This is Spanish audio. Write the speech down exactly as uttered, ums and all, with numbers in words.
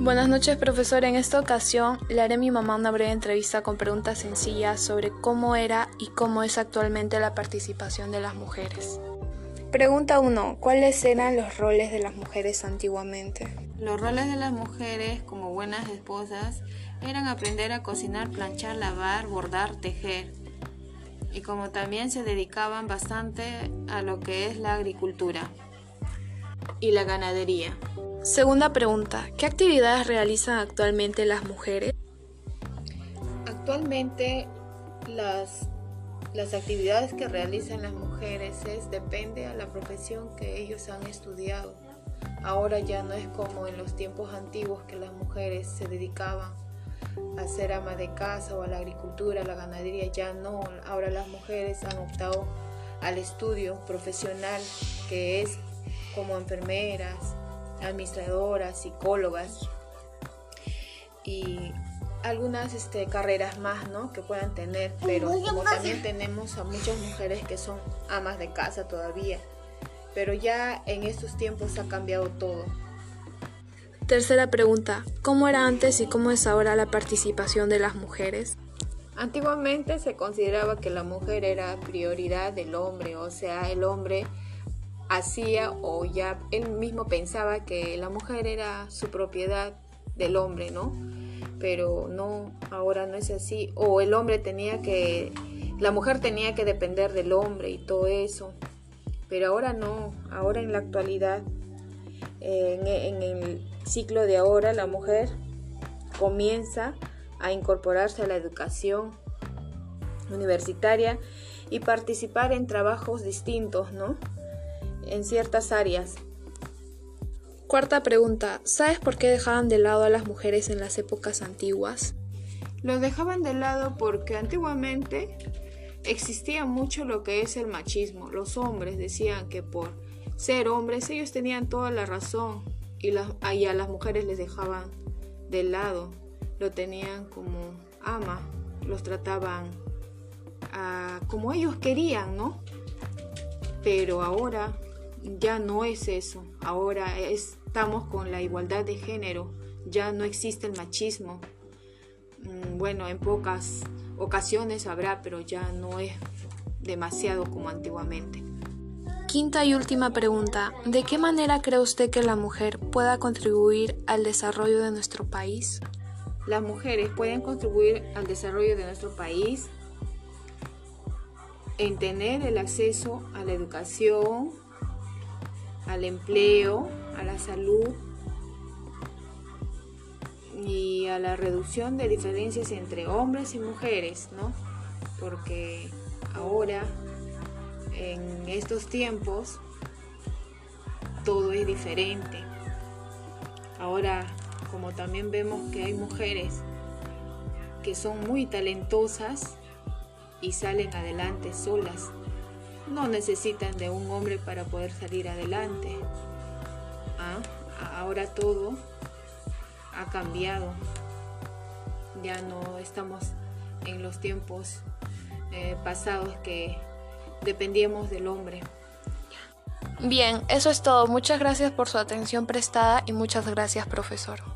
Buenas noches, profesor. En esta ocasión le haré a mi mamá una breve entrevista con preguntas sencillas sobre cómo era y cómo es actualmente la participación de las mujeres. Pregunta uno. ¿Cuáles eran los roles de las mujeres antiguamente? Los roles de las mujeres como buenas esposas eran aprender a cocinar, planchar, lavar, bordar, tejer. Y como también se dedicaban bastante a lo que es la agricultura y la ganadería. Segunda pregunta. ¿Qué actividades realizan actualmente las mujeres? Actualmente las, las actividades que realizan las mujeres es depende a la profesión que ellos han estudiado. Ahora ya no es como en los tiempos antiguos que las mujeres se dedicaban a ser ama de casa o a la agricultura, a la ganadería, ya no. Ahora las mujeres han optado al estudio profesional que es como enfermeras, administradoras, psicólogas y algunas este, carreras más, ¿no?, que puedan tener, pero como también tenemos a muchas mujeres que son amas de casa todavía, pero ya en estos tiempos ha cambiado todo. Tercera pregunta. ¿Cómo era antes y cómo es ahora la participación de las mujeres? Antiguamente se consideraba que la mujer era prioridad del hombre, o sea, el hombre hacía o ya él mismo pensaba que la mujer era su propiedad del hombre, ¿no? Pero no, ahora no es así. O el hombre tenía que, la mujer tenía que depender del hombre y todo eso. Pero ahora no, ahora en la actualidad, en, en el ciclo de ahora, la mujer comienza a incorporarse a la educación universitaria y participar en trabajos distintos, ¿no?, en ciertas áreas. Cuarta pregunta. ¿Sabes por qué dejaban de lado a las mujeres en las épocas antiguas? Los dejaban de lado porque antiguamente existía mucho lo que es el machismo. Los hombres decían que por ser hombres ellos tenían toda la razón y, la, y a las mujeres les dejaban de lado. Lo tenían como ama, los trataban uh, como ellos querían, ¿no? Pero ahora ya no es eso, ahora estamos con la igualdad de género, ya no existe el machismo. Bueno, en pocas ocasiones habrá, pero ya no es demasiado como antiguamente. Quinta y última pregunta. ¿De qué manera cree usted que la mujer pueda contribuir al desarrollo de nuestro país? Las mujeres pueden contribuir al desarrollo de nuestro país en tener el acceso a la educación, al empleo, a la salud y a la reducción de diferencias entre hombres y mujeres, ¿no? Porque ahora, en estos tiempos, todo es diferente. Ahora, como también vemos que hay mujeres que son muy talentosas y salen adelante solas, no necesitan de un hombre para poder salir adelante. ¿Ah? Ahora todo ha cambiado. Ya no estamos en los tiempos eh, pasados que dependíamos del hombre. Bien, eso es todo. Muchas gracias por su atención prestada y muchas gracias, profesor.